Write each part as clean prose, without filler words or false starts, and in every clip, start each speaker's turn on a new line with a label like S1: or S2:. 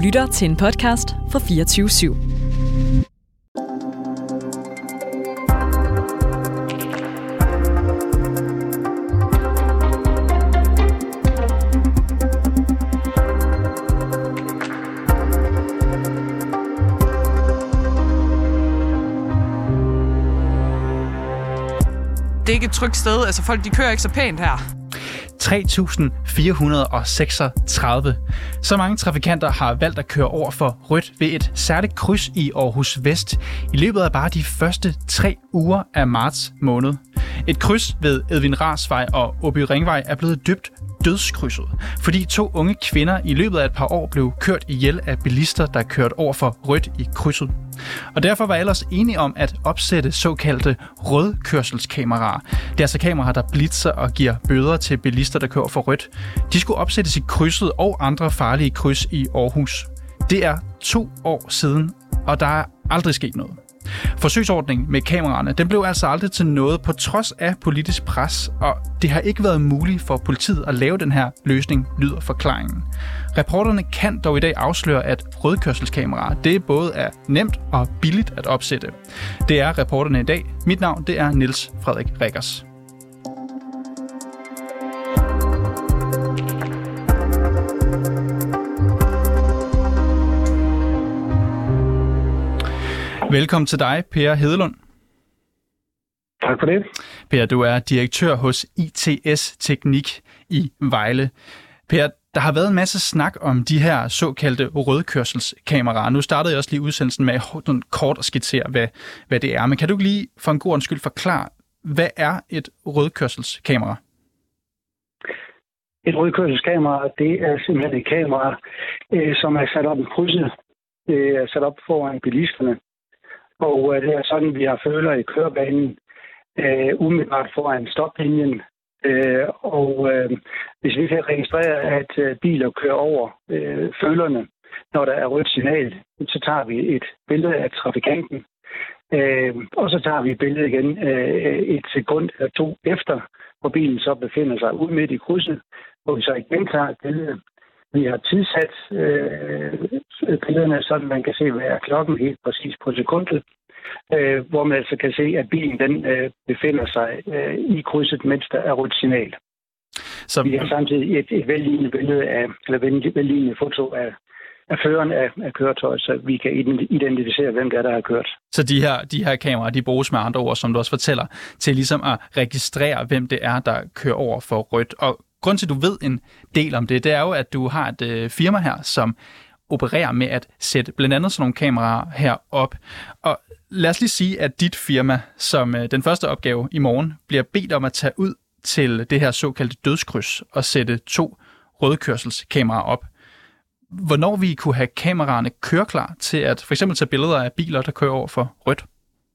S1: lytter til en podcast fra 24/7.
S2: Det er ikke et trygt sted. Altså folk, de kører ikke så pænt her.
S3: 3.436. Så mange trafikanter har valgt at køre over for rødt ved et særligt kryds i Aarhus Vest i løbet af bare de første 3 uger af marts måned. Et kryds ved Edvin Rarsvej og Åby Ringvej er blevet døbt dødskrydset, fordi 2 unge kvinder i løbet af et par år blev kørt ihjel af bilister, der kørte over for rødt i krydset. Og derfor var ellers enige om at opsætte såkaldte rødkørselskameraer. Det er altså kameraer, der blitzer og giver bøder til bilister, der kører for rødt. De skulle opsættes i krydset og andre farlige kryds i Aarhus. Det er 2 år siden, og der er aldrig sket noget. Forsøgsordningen med kameraerne, den blev altså aldrig til noget på trods af politisk pres, og det har ikke været muligt for politiet at lave den her løsning, lyder forklaringen. Reporterne kan dog i dag afsløre, at rødkørselskameraer, det både er nemt og billigt at opsætte. Det er reporterne i dag. Mit navn, det er Niels Frederik Rikkers. Velkommen til dig, Per Hedelund.
S4: Tak for det.
S3: Per, du er direktør hos ITS Teknik i Vejle. Per, der har været en masse snak om de her såkaldte rødkørselskameraer. Nu startede jeg også lige udsendelsen med kort at skitsere, hvad det er. Men kan du lige for en god undskyld forklare, hvad er et rødkørselskamera?
S4: Et rødkørselskamera, det er simpelthen et kamera, som er sat op i krydset. Det er sat op foran bilisterne. Og det er sådan, vi har føler i kørebanen umiddelbart foran stoplinjen. Hvis vi kan registrere, at biler kører over følerne, når der er rødt signal, så tager vi et billede af trafikanten. Og så tager vi et billede igen 1 sekund eller 2 efter, hvor bilen så befinder sig ude midt i krydset, hvor vi så igen tager et billede. Vi har tidsat billederne, så man kan se, hvad er klokken helt præcis på sekundet, hvor man altså kan se, at bilen den befinder sig i krydset, mens der er rødt signal. Så vi har samtidig et vellignende billede af, eller vellignende foto af føreren af køretøjet, så vi kan identificere, hvem det er, der har kørt.
S3: Så de her kameraer, de bruges med andre ord, som du også fortæller, til ligesom at registrere, hvem det er, der kører over for rødt. Og grunden til, at du ved en del om det, det er jo, at du har et firma her, som opererer med at sætte blandt andet sådan nogle kameraer her op. Og lad os lige sige, at dit firma, som den første opgave i morgen, bliver bedt om at tage ud til det her såkaldte dødskryds og sætte 2 rødkørselskameraer op. Hvornår vi kunne have kameraerne køreklar til at for eksempel tage billeder af biler, der kører over for rødt?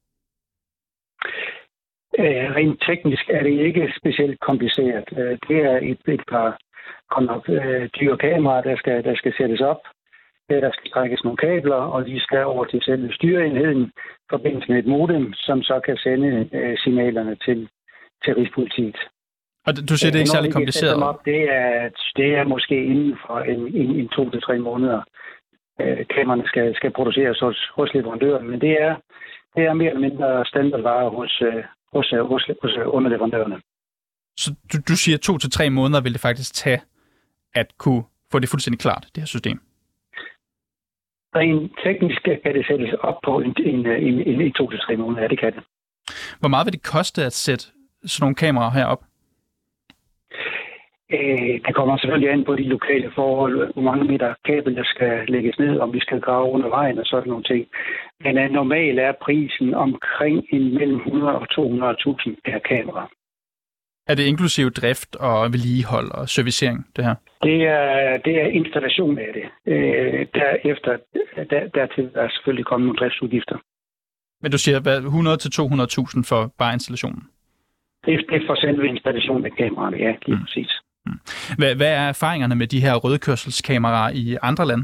S4: Rent teknisk er det ikke specielt kompliceret. Det er et par dyre kameraer, der skal sættes op. Der skal trækkes nogle kabler, og de skal over til selve styreenheden i forbindelse med et modem, som så kan sende signalerne til Rigspolitiet.
S3: Og du siger, det er ikke særlig kompliceret?
S4: Det er måske inden for en 2 til 3 måneder. Kameraerne skal produceres hos leverandøren, men det er mere eller mindre standardvarer hos underleverandørerne.
S3: Så du siger 2 til 3 måneder vil det faktisk tage at kunne få det fuldstændig klart, det her system?
S4: Rent teknisk kan det sættes op på en 2 til 3 måneder, ja, det kan det.
S3: Hvor meget vil det koste at sætte sådan nogle kameraer herop?
S4: Det kommer selvfølgelig an på de lokale forhold, hvor mange meter kabel, der skal lægges ned, om vi skal grave under vejen og sådan nogle ting. Men normalt er prisen omkring mellem 100 og 200.000 per kamera.
S3: Er det inklusive drift og vedligehold og servicering, det her?
S4: Det er installation af det. Dertil er selvfølgelig kommet nogle driftsudgifter.
S3: Men du siger 100 til 200.000 for bare installationen?
S4: Det er for selve installationen af kameraerne, ja, lige præcis.
S3: Hvad er erfaringerne med de her rødkørselskameraer i andre lande?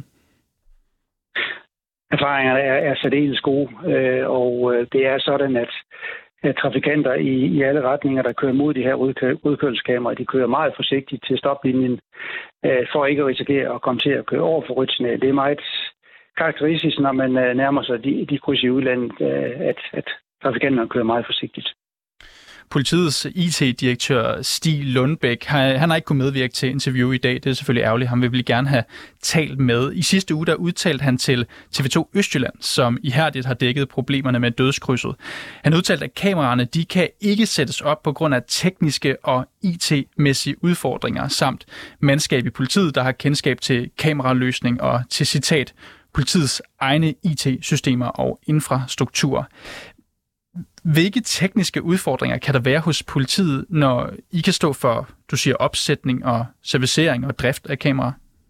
S4: Erfaringerne er særdeles gode, og det er sådan, at trafikanter i alle retninger, der kører mod de her rødkørselskameraer. De kører meget forsigtigt til stoplinjen, for ikke at risikere at komme til at køre over for rødt signal. Det er meget karakteristisk, når man nærmer sig de kryds i udlandet, at trafikanterne kører meget forsigtigt.
S3: Politiets IT-direktør Stig Lundbæk, han har ikke kunnet medvirke til interview i dag. Det er selvfølgelig ærgerligt. Han vil gerne have talt med. I sidste uge der udtalte han til TV2 Østjylland, som ihærdigt har dækket problemerne med dødskrydset. Han udtalte, at kameraerne de kan ikke sættes op på grund af tekniske og IT-mæssige udfordringer, samt mandskab i politiet, der har kendskab til kameraløsning og til citat, politiets egne IT-systemer og infrastruktur. Hvilke tekniske udfordringer kan der være hos politiet, når I kan stå for, du siger, opsætning og servicering og drift af kameraer?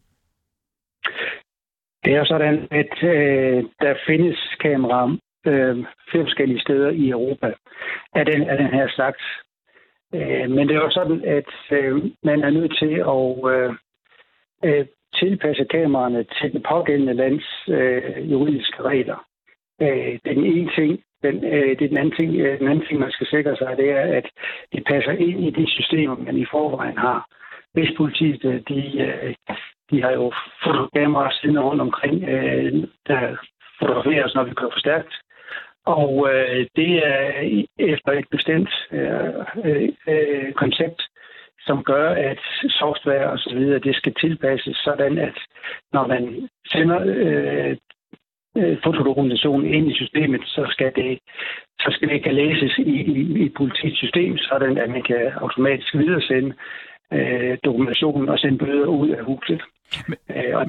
S4: Det er sådan, at der findes kameraer flere forskellige steder i Europa af den her slags. Men det er jo sådan, at man er nødt til at tilpasse kameraerne til det pågældende lands juridiske regler. Den ene ting. Den anden ting, man skal sikre sig, det er, at det passer ind i de systemer, man i forvejen har. Hvis politiet, de har jo fotokameraer siddende rundt omkring, der fotograferes, når vi kører for stærkt. Og det er efter et bestemt koncept, som gør, at software og så videre, det skal tilpasses sådan, at når man sender fotodokumentation ind i systemet, så skal det kan læses i politiets system, sådan at man kan automatisk videresende dokumentationen og sende bøder ud af huset. Og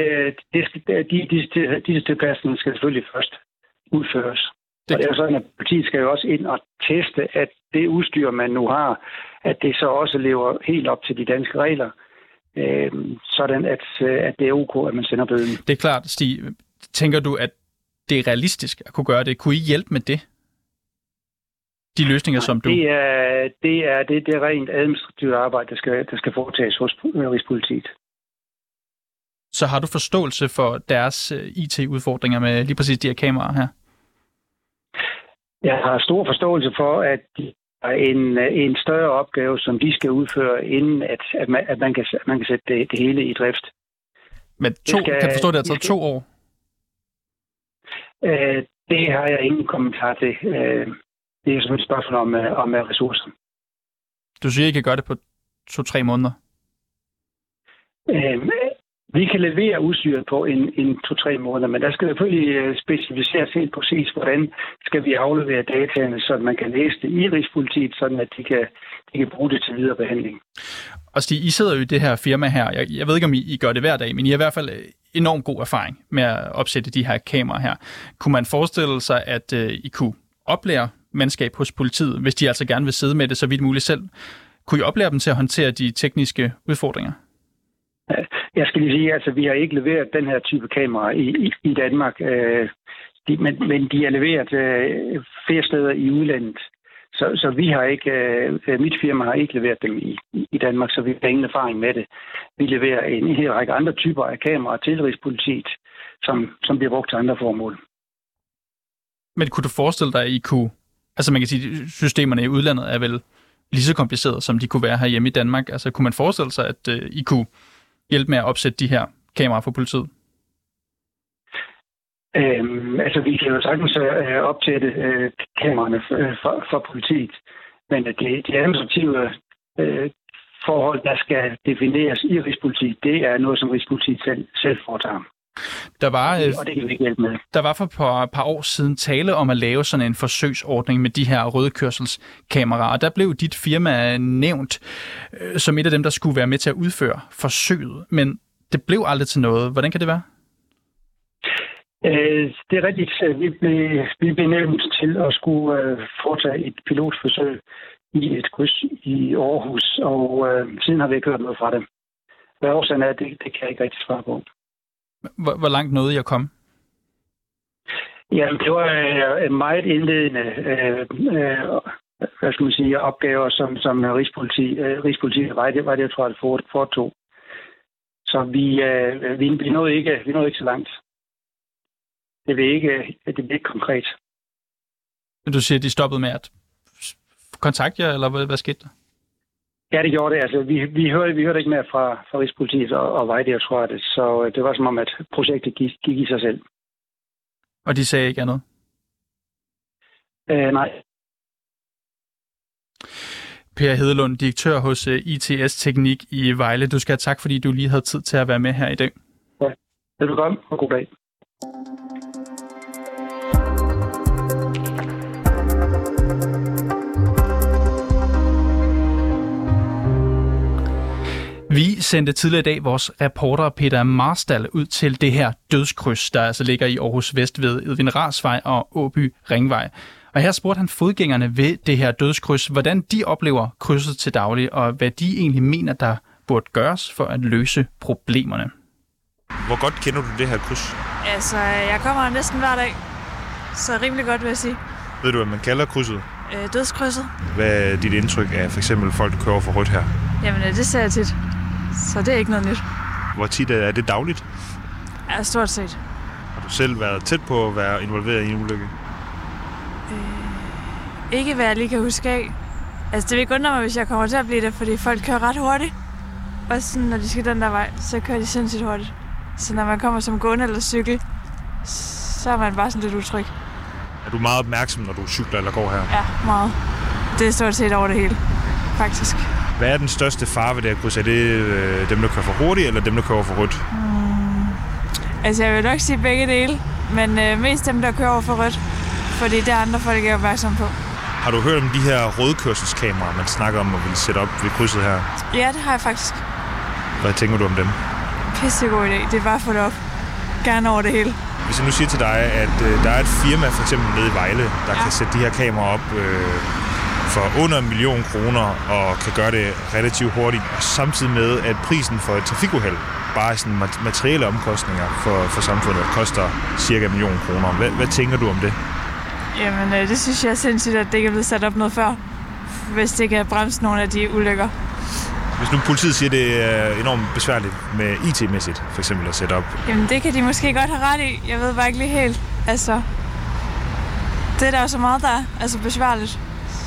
S4: disse tilpasninger skal selvfølgelig først udføres. Og det er sådan, at politiet skal jo også ind og teste, at det udstyr, man nu har, at det så også lever helt op til de danske regler, sådan at det er ok, at man sender bøden.
S3: Det er klart, Stig. Tænker du, at det er realistisk at kunne gøre det? Kunne I hjælpe med det? De løsninger, som du... Det er rent administrativt arbejde, der skal foretages hos Rigspolitiet. Så har du forståelse for deres IT-udfordringer med lige præcis de her kameraer her?
S4: Jeg har stor forståelse for, at de er en større opgave, som de skal udføre, inden at man kan sætte det hele i drift.
S3: Men kan du forstå, at det har taget 2 år?
S4: Det har jeg ingen kommentar til. Det er selvfølgelig et spørgsmål om ressourcer.
S3: Du siger, I kan gøre det på 2-3 måneder?
S4: Vi kan levere udstyret på en 2-3 måneder, men der skal selvfølgelig specificeres helt præcis, hvordan skal vi aflevere dataene, så man kan læse det i Rigspolitiet, sådan at de kan bruge det til videre behandling. Og
S3: Stig, I sidder jo i det her firma her. Jeg ved ikke, om I gør det hver dag, men I har i hvert fald enormt god erfaring med at opsætte de her kameraer her. Kunne man forestille sig, at I kunne oplære mandskab hos politiet, hvis de altså gerne vil sidde med det så vidt muligt selv? Kunne I oplære dem til at håndtere de tekniske udfordringer?
S4: Jeg skal lige sige, at vi har ikke leveret den her type kamera i Danmark, men de er leveret flere steder i udlandet. Så vi har ikke, mit firma har ikke leveret dem i Danmark, så vi har ingen erfaring med det. Vi leverer en hel række andre typer af kameraer til Rigspolitiet, som bliver brugt til andre formål.
S3: Men kunne du forestille dig, at I kunne... Altså man kan sige, at systemerne i udlandet er vel lige så komplicerede, som de kunne være herhjemme i Danmark. Altså kunne man forestille sig, at I kunne hjælpe med at opsætte de her kameraer for politiet?
S4: Vi kan jo sagtens opsætte kameraerne for politiet, men de administrative forhold, der skal defineres i Rigspolitiet, det er noget, som Rigspolitiet selv foretager. Og det kan vi ikke hjælpe med.
S3: Der var for et par år siden tale om at lave sådan en forsøgsordning med de her rødkørselskameraer, og der blev dit firma nævnt som et af dem, der skulle være med til at udføre forsøget, men det blev aldrig til noget. Hvordan kan det være?
S4: Det er rigtigt. Vi blev nævnt til at skulle foretage et pilotforsøg i et kryds i Aarhus, og siden har vi ikke hørt noget fra dem. Hvad årsagen er, det kan jeg ikke rigtig svare på.
S3: Hvor langt nåede I at komme?
S4: Jamen, det var en meget indledende opgaver, som Rigspolitiet var det, jeg tror, at foretog. Så vi nåede ikke så langt. Det blev ikke konkret.
S3: Du siger, at de stoppede med at kontakte jer, eller hvad skete der?
S4: Ja, det gjorde det. Altså, vi hørte ikke mere fra Rigspolitiet og Vejdirektoratet, så det var som om, at projektet gik i sig selv.
S3: Og de sagde ikke andet?
S4: Nej.
S3: Per Hedelund, direktør hos ITS Teknik i Vejle. Du skal have tak, fordi du lige havde tid til at være med her i dag.
S4: Ja, velkommen og god dag.
S3: Vi sendte tidligere i dag vores reporter Peter Marstal ud til det her dødskryds, der altså ligger i Aarhus Vest ved Edvin Rahrs og Åby Ringvej. Og her spurgte han fodgængerne ved det her dødskryds, hvordan de oplever krydset til daglig, og hvad de egentlig mener, der burde gøres for at løse problemerne.
S5: Hvor godt kender du det her kryds?
S6: Altså, jeg kommer næsten hver dag, så rimelig godt vil jeg sige.
S5: Ved du, hvad man kalder krydset?
S6: Dødskrydset.
S5: Hvad er dit indtryk af for eksempel folk, der kører over for rødt her?
S6: Jamen, det ser jeg tit, så det er ikke noget nyt.
S5: Hvor tit er det dagligt?
S6: Ja, stort set.
S5: Har du selv været tæt på at være involveret i en ulykke?
S6: Ikke hvad jeg lige kan huske af. Altså, det vil ikke undre mig, hvis jeg kommer til at blive det, fordi folk kører ret hurtigt. Også sådan, når de skal den der vej, så kører de sindssygt hurtigt. Så når man kommer som gående eller cykel, så er man bare sådan lidt utryg.
S5: Er du meget opmærksom, når du cykler eller går her?
S6: Ja, meget. Det er stort set over det hele, faktisk.
S5: Hvad er den største fare ved det her kryds? Er det dem, der kører for hurtigt, eller dem, der kører for rødt?
S6: Altså, jeg vil nok sige begge dele, men mest dem, der kører over for rødt, fordi det er andre folk, jeg er opmærksom på.
S5: Har du hørt om de her rødkørselskameraer, man snakker om at ville sætte op ved krydset her?
S6: Ja, det har jeg faktisk.
S5: Hvad tænker du om dem?
S6: Pissegod idé. Det er bare at få det op. Gerne over det hele.
S5: Hvis jeg nu siger til dig, at der er et firma, for eksempel nede i Vejle, der kan sætte de her kameraer op for under 1 million kroner og kan gøre det relativt hurtigt, og samtidig med, at prisen for et trafikuheld, bare sådan materielle omkostninger for samfundet, koster cirka 1 million kroner. Hvad tænker du om det?
S6: Jamen, det synes jeg er sindssygt, at det ikke er blevet sat op noget før, hvis det kan bremse nogle af de ulykker.
S5: Hvis nu politiet siger, at det er enormt besværligt med IT-mæssigt, for eksempel at sætte op.
S6: Jamen, det kan de måske godt have ret i. Jeg ved bare ikke lige helt. Altså, det er der jo så meget, der er altså besværligt.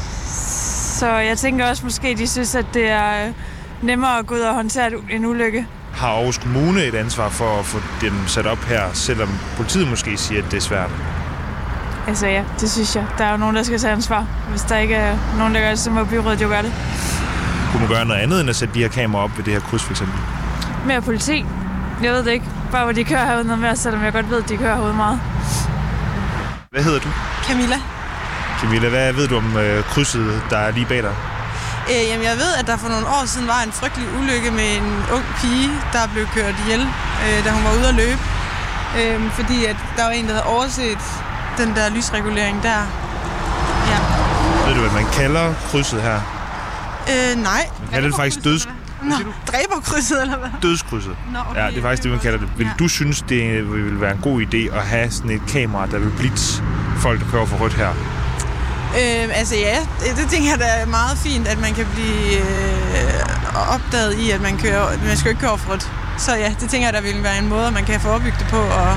S6: Så jeg tænker også måske, de synes, at det er nemmere at gå ud og håndtere en ulykke.
S5: Har Aarhus Kommune et ansvar for at få dem sat op her, selvom politiet måske siger, at det er svært?
S6: Altså ja, det synes jeg. Der er jo nogen, der skal tage ansvar. Hvis der ikke er nogen, der gør det, så må byrådet jo gøre det.
S5: Kunne man gøre noget andet end at sætte de her kameraer op ved det her kryds, for eksempel?
S6: Mere politi. Jeg ved det ikke. Bare hvor de kører herude noget mere, selvom jeg godt ved, at de kører herude meget.
S5: Hvad hedder du?
S7: Camilla.
S5: Camilla, hvad ved du om krydset, der er lige bag dig?
S7: Jamen, jeg ved, at der for nogle år siden var en frygtelig ulykke med en ung pige, der blev kørt ihjel, da hun var ude at løbe. Fordi at der var en, der havde overset den der lysregulering der. Ja.
S5: Ved du, hvad man kalder krydset her?
S7: Nej.
S5: Man kalder det faktisk
S7: dræberkrydset, eller hvad?
S5: Dødskrydset.
S7: Okay,
S5: ja, det er faktisk det, man kalder det. Vil du synes, det vil være en god idé at have sådan et kamera, der vil blitse folk, der kører for rødt her?
S7: Altså ja, det tænker jeg, der er meget fint, at man kan blive opdaget i, at man skal ikke køre for rødt. Så ja, det tænker jeg, der vil være en måde, man kan forebygge det på. Og,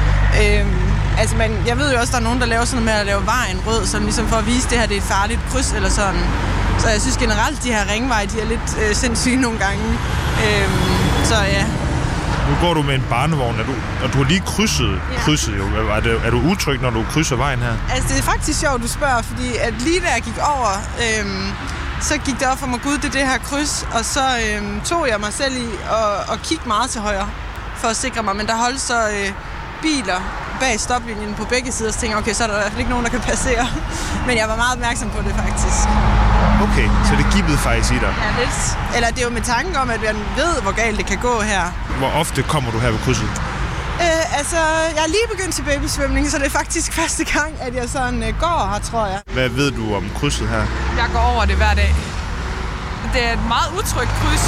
S7: altså jeg ved jo også, der er nogen, der laver sådan noget med at lave vejen rød, sådan ligesom for at vise, at det her det er et farligt kryds eller sådan. Så jeg synes generelt, de her ringveje, de er lidt sindssyge nogle gange. Så ja.
S5: Nu går du med en barnevogn, og du har lige krydset jo. Er du utryg, når du krydser vejen her?
S7: Altså, det er faktisk sjovt, du spørger, fordi at lige da jeg gik over, så gik det op for mig, gud, det er det her kryds, og så tog jeg mig selv i at kigge meget til højre, for at sikre mig, men der holdt så biler bag stoplinjen på begge sider, så tænkte jeg, okay, så er der i hvert fald ikke nogen, der kan passere. Men jeg var meget opmærksom på det, faktisk.
S5: Okay, så det gibbede faktisk i dig?
S7: Ja, lidt. Eller det er jo med tanken om, at man ved, hvor galt det kan gå her.
S5: Hvor ofte kommer du her ved krydset?
S7: Altså, jeg er lige begyndt til babysvømning, så det er faktisk første gang, at jeg sådan går her, tror jeg.
S5: Hvad ved du om krydset her?
S2: Jeg går over det hver dag. Det er et meget utrygt kryds.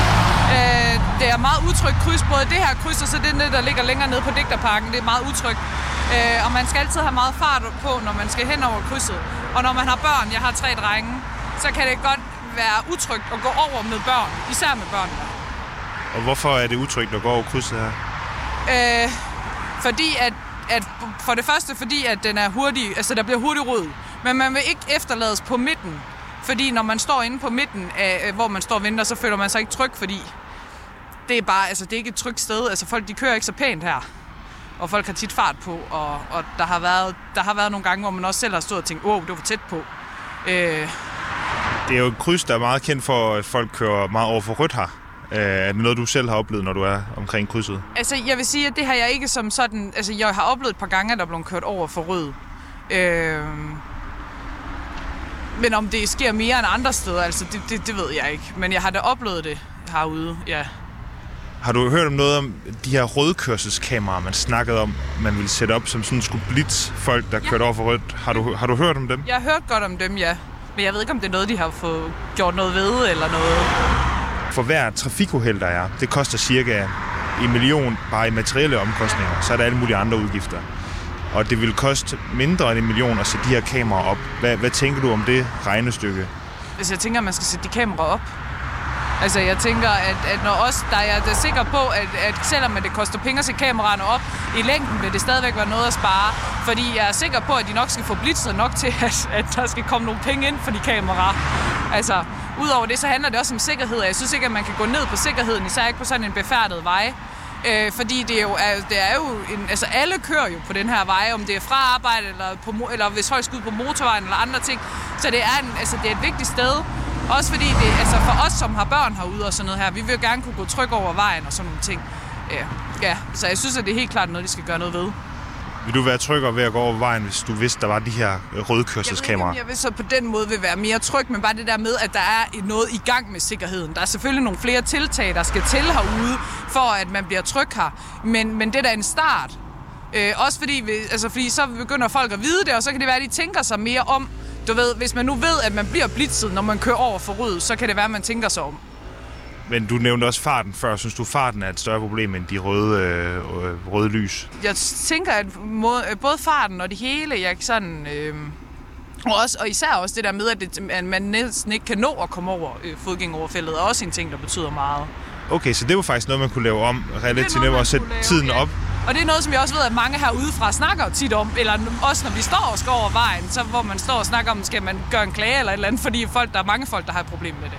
S2: Det er meget utrygt kryds, både det her kryds og så det, der ligger længere nede på Digterparken. Det er meget utrygt. Og man skal altid have meget fart på, når man skal hen over krydset. Og når man har børn, jeg har 3 drenge, så kan det godt være utrygt at gå over med børn, især med børnene.
S5: Og hvorfor er det utrygt at gå over krydset her?
S2: Fordi at for det første, fordi at den er hurtig, altså der bliver hurtig rød. Men man vil ikke efterlades på midten Fordi når man står inde på midten, hvor man står og venter, så føler man sig ikke tryg, fordi det er bare, altså det er ikke et trygt sted. Altså folk, de kører ikke så pænt her. Og folk har tit fart på, og der har været nogle gange, hvor man også selv har stået og tænkt, det var for tæt på.
S5: Det er jo et kryds, der er meget kendt for, at folk kører meget over for rødt her. Er det noget, du selv har oplevet, når du er omkring krydset?
S2: Altså, jeg vil sige, at det har jeg ikke som sådan... Altså, jeg har oplevet et par gange, at der er blevet kørt over for rød. Men om det sker mere end andre steder, altså, det ved jeg ikke. Men jeg har da oplevet det herude, ja.
S5: Har du hørt om noget om de her rødkørselskameraer, man snakkede om, man ville sætte op, som sådan skulle blitse folk, der kørte over for rødt? Har du hørt om dem?
S2: Jeg har hørt godt om dem, ja. Men jeg ved ikke, om det er noget, de har fået gjort noget ved, eller noget.
S5: For hver trafikuheld, der er, det koster cirka 1 million bare i materielle omkostninger. Så er der alle mulige andre udgifter. Og det vil koste mindre end 1 million at sætte de her kameraer op. Hvad tænker du om det regnestykke?
S2: Altså, jeg tænker, at man skal sætte de kameraer op. Altså, jeg tænker, at når os, der er sikker på, at selvom det koster penge at sætte kameraerne op, i længden vil det stadigvæk være noget at spare. Fordi jeg er sikker på, at de nok skal få blitzet nok til, at der skal komme nogle penge ind for de kameraer. Altså, udover det, så handler det også om sikkerhed. Jeg synes ikke, at man kan gå ned på sikkerheden, især ikke på sådan en befærdet vej. Fordi det er jo altså alle kører jo på den her vej, om det er fra arbejde eller hvis folk skal ud på motorvejen eller andre ting. Så det er et vigtigt sted. Også fordi det, altså for os, som har børn herude og sådan noget her, vi vil jo gerne kunne gå tryg over vejen og sådan nogle ting. Ja, så jeg synes, at det er helt klart noget, de skal gøre noget ved.
S5: Vil du være tryggere ved at gå over vejen, hvis du vidste, der var de her rødkørselskameraer?
S2: Jeg vil så på den måde vil være mere tryg, men bare det der med, at der er noget i gang med sikkerheden. Der er selvfølgelig nogle flere tiltag, der skal til herude, for at man bliver tryg her. Men det er da en start. Også fordi så begynder folk at vide det, og så kan det være, at de tænker sig mere om. Du ved, hvis man nu ved, at man bliver blitzet, når man kører over for rød, så kan det være, at man tænker sig om.
S5: Men du nævnte også farten før. Synes du, farten er et større problem end de røde lys?
S2: Jeg tænker, at både farten og det hele, jeg sådan... Og især også det der med, at man næsten ikke kan nå at komme over fodgængeroverfeltet, er også en ting, der betyder meget.
S5: Okay, så det var faktisk noget, man kunne lave om relativt nemt og sætte tiden op.
S2: Og det er noget, som jeg også ved, at mange herudefra snakker tit om, eller også når vi står og skal over vejen, så hvor man står og snakker om, skal man gøre en klage eller et eller andet, fordi der er mange folk, der har et problem med det.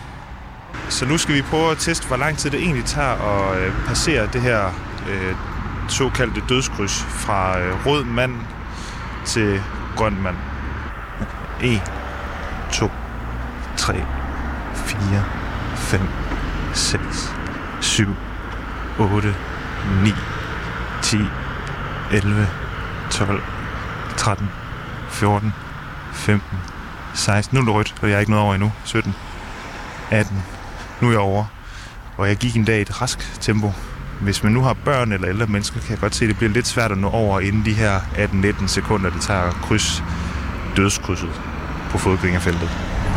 S5: Så nu skal vi prøve at teste, hvor lang tid det egentlig tager at passere det her såkaldte dødskryds fra rød mand til grøn mand. 1, 2, 3, 4, 5, 6, 7, 8, 9, 10, 11, 12, 13, 14, 15, 16. Nu er det rødt, og jeg er ikke nået over endnu. 17, 18. Nu er jeg over. Og jeg gik en dag i et rask tempo. Hvis man nu har børn eller ældre mennesker, kan jeg godt se, at det bliver lidt svært at nå over inden de her 18-19 sekunder, det tager kryds dødskrydset på fodgængerfeltet.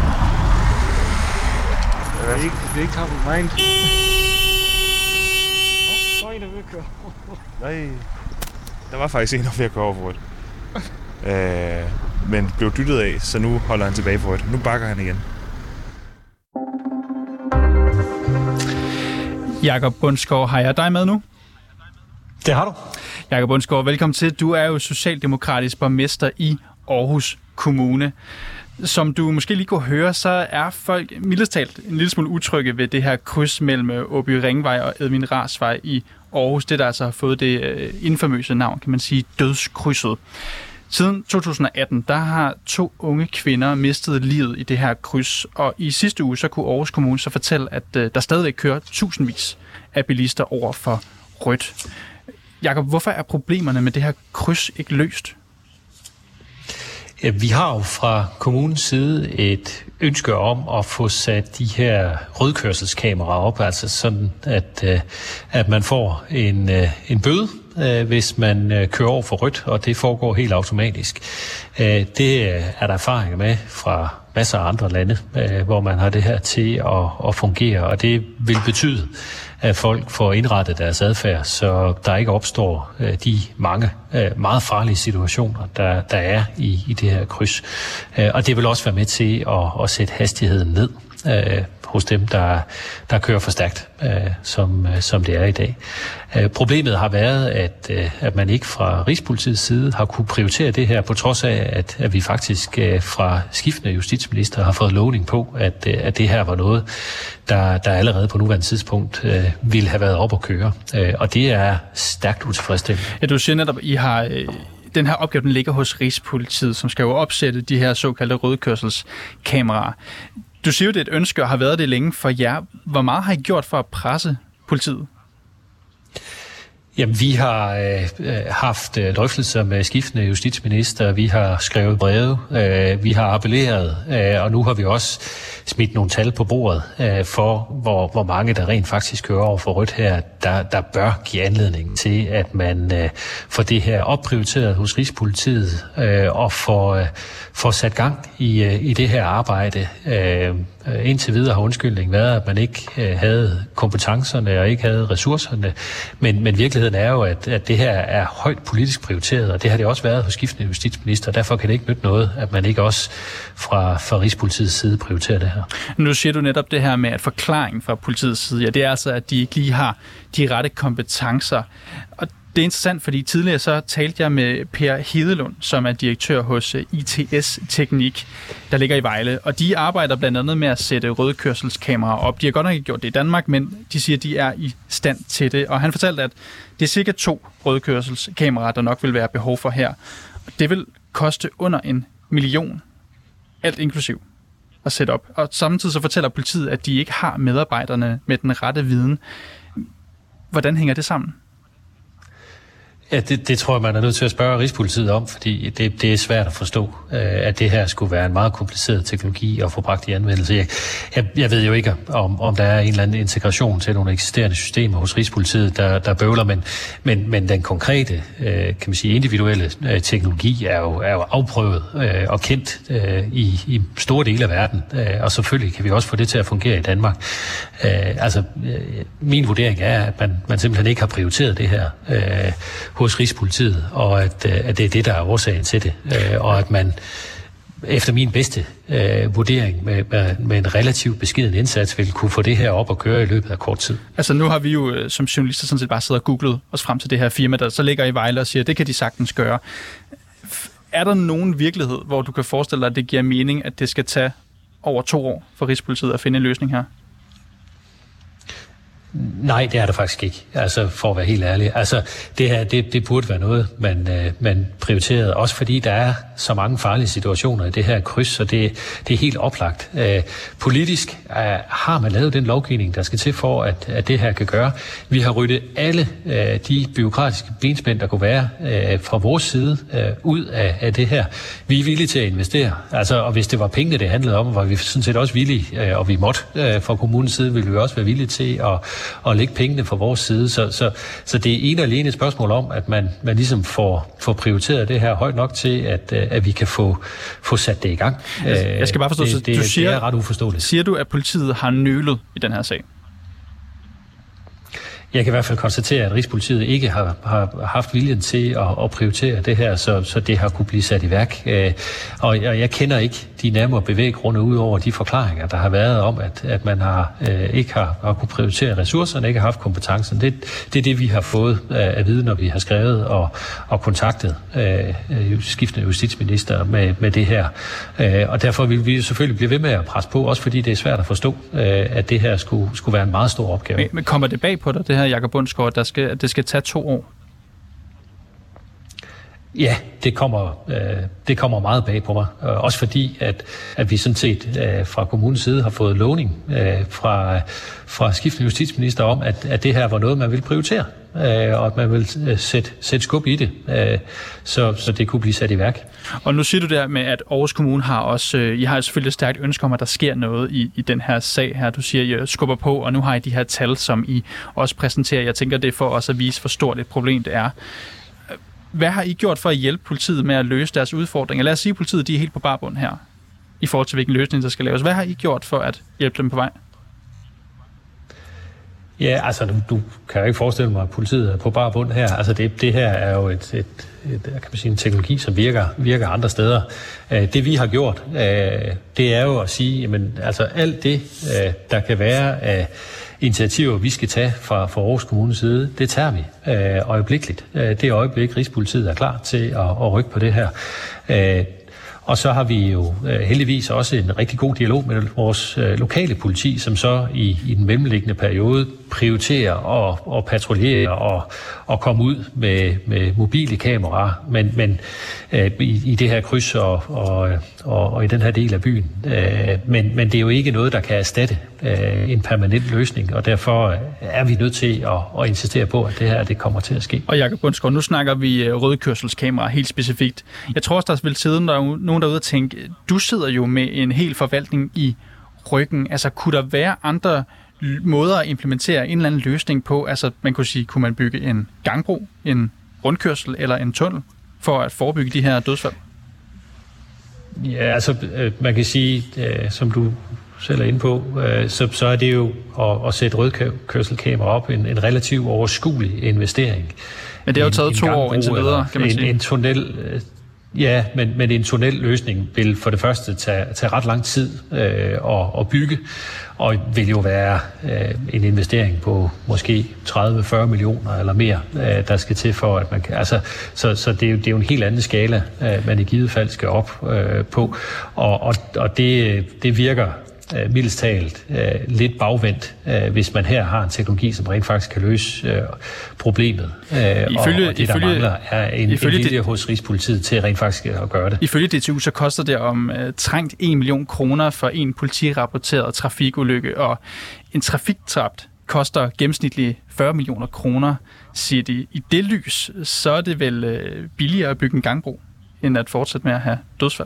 S8: Det er ikke top of mind.
S5: Nej, der var faktisk en, der var ved at køre over for rødt. Men blev dyttet af, så nu holder han tilbage for rødt. Nu bakker han igen.
S3: Jakob Bundsgaard, har jeg dig med nu?
S8: Det har du.
S3: Jakob Bundsgaard, velkommen til. Du er jo socialdemokratisk borgmester i Aarhus Kommune. Som du måske lige kunne høre, så er folk mildest talt en lille smule utrygge ved det her kryds mellem Åby Ringvej og Edvin Rahsvej i Aarhus. Det, der altså har fået det infamøse navn, kan man sige, dødskrydset. Siden 2018, der har 2 unge kvinder mistet livet i det her kryds, og i sidste uge, så kunne Aarhus Kommune så fortælle, at der stadigvæk kører tusindvis af bilister over for rødt. Jakob, hvorfor er problemerne med det her kryds ikke løst?
S9: Vi har jo fra kommunens side et ønske om at få sat de her rødkørselskameraer op, altså sådan, at man får en bøde, hvis man kører over for rødt, og det foregår helt automatisk. Det er der erfaringer med fra masser af andre lande, hvor man har det her til at fungere, og det vil betyde, at folk får indrettet deres adfærd, så der ikke opstår de mange meget farlige situationer, der er i det her kryds. Og det vil også være med til at sætte hastigheden ned hos dem, der kører for stærkt, som det er i dag. Problemet har været, at man ikke fra Rigspolitiets side har kunne prioritere det her, på trods af, at vi faktisk fra skiftende justitsminister har fået lovning på, at det her var noget, der allerede på nuværende tidspunkt ville have været op at køre. Og det er stærkt utilfredsstillende.
S3: Ja, du siger netop, I har... Den her opgave, den ligger hos Rigspolitiet, som skal jo opsætte de her såkaldte rødkørselskameraer. Du siger jo, det er et ønske, og har været det længe for jer. Hvor meget har I gjort for at presse politiet?
S9: Jamen, vi har haft drøftelser med skiftende justitsminister, vi har skrevet breve, vi har appelleret, og nu har vi også smidt nogle tal på bordet for, hvor mange der rent faktisk kører over for rødt her, der bør give anledning til, at man får det her opprioriteret hos Rigspolitiet og får sat gang i det her arbejde. Indtil videre har undskyldningen været, at man ikke havde kompetencerne og ikke havde ressourcerne, men virkeligheden er jo, at det her er højt politisk prioriteret, og det har det også været hos skiftende justitsminister. Derfor kan det ikke nytte noget, at man ikke også fra Rigspolitiets side prioriterer det her.
S3: Nu siger du netop det her med, at forklaringen fra politiets side, ja, det er altså, at de ikke lige har de rette kompetencer. Og det er interessant, fordi tidligere så talte jeg med Per Hedelund, som er direktør hos ITS Teknik, der ligger i Vejle. Og de arbejder blandt andet med at sætte rødkørselskameraer op. De har godt nok ikke gjort det i Danmark, men de siger, at de er i stand til det. Og han fortalte, at det er cirka 2 rødkørselskameraer, der nok vil være behov for her. Og det vil koste under 1 million, alt inklusiv, at sætte op. Og samtidig så fortæller politiet, at de ikke har medarbejderne med den rette viden. Hvordan hænger det sammen?
S9: Ja, det tror jeg, man er nødt til at spørge Rigspolitiet om, fordi det er svært at forstå, at det her skulle være en meget kompliceret teknologi at få bragt i anvendelse. Jeg ved jo ikke, om der er en eller anden integration til nogle eksisterende systemer hos Rigspolitiet, der bøvler, men den konkrete, kan man sige, individuelle teknologi er jo afprøvet og kendt i store dele af verden, og selvfølgelig kan vi også få det til at fungere i Danmark. Min vurdering er, at man simpelthen ikke har prioriteret det her hos Rigspolitiet, og at det er det, der er årsagen til det, og at man efter min bedste vurdering med en relativt beskeden indsats vil kunne få det her op og køre i løbet af kort tid.
S3: Altså nu har vi jo som journalister sådan set bare siddet og googlet os frem til det her firma, der så ligger i Vejle og siger, at det kan de sagtens gøre. Er der nogen virkelighed, hvor du kan forestille dig, at det giver mening, at det skal tage over 2 år for Rigspolitiet at finde en løsning her?
S9: Nej, det er der faktisk ikke, altså for at være helt ærlig. Altså det her, det burde være noget, man prioriterede, også fordi der er så mange farlige situationer i det her kryds, og det er helt oplagt. Politisk har man lavet den lovgivning, der skal til for, at det her kan gøre. Vi har ryddet alle de bureaukratiske benspænd, der kunne være fra vores side ud af det her. Vi er villige til at investere, altså, og hvis det var pengene, det handlede om, var vi sådan set også villige, og vi måtte fra kommunens side, ville vi også være villige til at lægge pengene fra vores side. Så det er en og alene et spørgsmål om, at man ligesom får prioriteret det her højt nok til, at vi kan få sat det i gang.
S3: Jeg skal bare forstå, det
S9: er ret uforståeligt.
S3: Siger du, at politiet har nølet i den her sag?
S9: Jeg kan i hvert fald konstatere, at Rigspolitiet ikke har haft viljen til at prioritere det her, så det har kunne blive sat i værk. Og jeg kender ikke de nærmere bevæggrunde ud over de forklaringer, der har været om, at man ikke har kunne prioritere ressourcerne, ikke har haft kompetencen. Det er det, vi har fået at vide, når vi har skrevet og kontaktet skiftende justitsminister med det her. Og derfor vil vi selvfølgelig blive ved med at presse på, også fordi det er svært at forstå, at det her skulle være en meget stor opgave.
S3: Men kommer det bag på dig, det her, Jakob Bundsgaard, at det skal tage 2 år?
S9: Ja, det kommer meget bag på mig. Også fordi, at vi sådan set fra kommunens side har fået lovning fra skiftende justitsminister om, at det her var noget, man ville prioritere, og at man vil sætte skub i det, så det kunne blive sat i værk.
S3: Og nu siger du der med, at Aarhus Kommune har også, I har selvfølgelig et stærkt ønske om, at der sker noget i den her sag her. Du siger, I skubber på, og nu har I de her tal, som I også præsenterer. Jeg tænker, det er for os at vise, hvor stort et problem det er. Hvad har I gjort for at hjælpe politiet med at løse deres udfordringer? Lad os sige, at politiet de er helt på barbund her, i forhold til hvilken løsning, der skal laves. Hvad har I gjort for at hjælpe dem på vej?
S9: Ja, altså du kan jo ikke forestille mig, at politiet er på bar bund her. Altså det her er jo kan man sige, en teknologi, som virker andre steder. Det vi har gjort, det er jo at sige, jamen altså alt det, der kan være af initiativer, vi skal tage fra Aarhus Kommunes side, det tager vi øjeblikkeligt. Det øjeblik, Rigspolitiet er klar til at rykke på det her. Og så har vi jo heldigvis også en rigtig god dialog med vores lokale politi, som så i den mellemliggende periode prioriterer og patruljerer og kommer ud med mobile kameraer, men i det her kryds og i den her del af byen. Men det er jo ikke noget, der kan erstatte en permanent løsning, og derfor er vi nødt til at insistere på, at det her det kommer til at ske.
S3: Og Jakob Bundsgaard, nu snakker vi rødkørselskameraer helt specifikt. Jeg tror også, der vil sidde nogen derude og tænke, du sidder jo med en hel forvaltning i ryggen. Altså, kunne der være andre måder at implementere en eller anden løsning på? Altså, man kunne sige, kunne man bygge en gangbro, en rundkørsel eller en tunnel for at forebygge de her dødsfald?
S9: Ja, altså, man kan sige, som du selv er inde på, så er det jo at sætte rødkørselkamera op en relativt overskuelig investering.
S3: Men det har jo taget 2 år indtil videre, kan man sige. En
S9: tunnel, ja, men en tunnelløsning vil for det første tage ret lang tid at bygge, og vil jo være en investering på måske 30-40 millioner eller mere, der skal til for, at man kan... Altså, så det er jo en helt anden skala, man i givet fald skal op på, og det virker mildest talt lidt bagvendt, hvis man her har en teknologi, som rent faktisk kan løse problemet. Og det, der mangler, er en vilje hos Rigspolitiet til rent faktisk at gøre det.
S3: Ifølge DTU, så koster det om trængt 1 million kroner for en politirapporteret trafikulykke, og en trafikdræbt koster gennemsnitligt 40 millioner kroner, siger de. I det lys, så er det vel billigere at bygge en gangbro, end at fortsætte med at have dødsfald?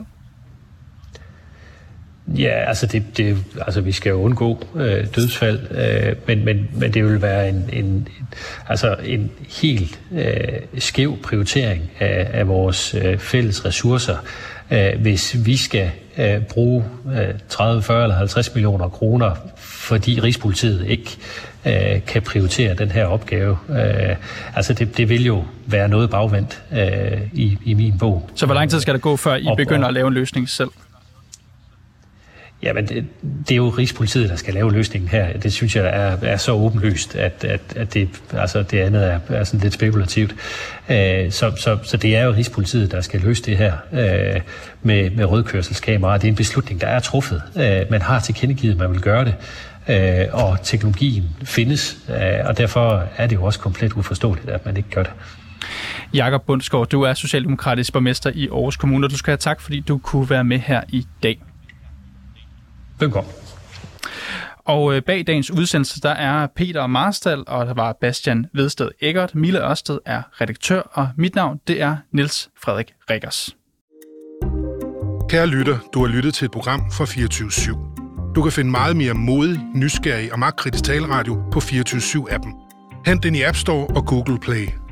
S9: Ja, altså altså vi skal jo undgå dødsfald, men det vil være en helt skæv prioritering af vores fælles ressourcer, hvis vi skal bruge 30, 40 eller 50 millioner kroner, fordi Rigspolitiet ikke kan prioritere den her opgave. Altså det vil jo være noget bagvendt i min bog.
S3: Så hvor lang tid skal der gå, før I begynder at lave en løsning selv?
S9: Ja, men det er jo Rigspolitiet, der skal lave løsningen her. Det synes jeg er så åbenlyst, at det andet er sådan lidt spekulativt. Så det er jo Rigspolitiet, der skal løse det her med rødkørselskameraer. Det er en beslutning, der er truffet. Man har tilkendegivet, at man vil gøre det, og teknologien findes, og derfor er det jo også komplet uforståeligt, at man ikke gør det.
S3: Jakob Bundsgaard, du er socialdemokratisk borgmester i Aarhus Kommune, og du skal have tak, fordi du kunne være med her i dag.
S9: Velkommen.
S3: Og bag dagens udsendelse, der er Peter Marstal, og der var Bastian Vedsted Eggert. Mille Ørsted er redaktør, og mit navn, det er Niels Frederik Riggers.
S10: Kære lytter, du har lyttet til et program fra 24/7. Du kan finde meget mere modig, nysgerrig og magtkritisk taleradio på 24/7-appen. Hent den i App Store og Google Play.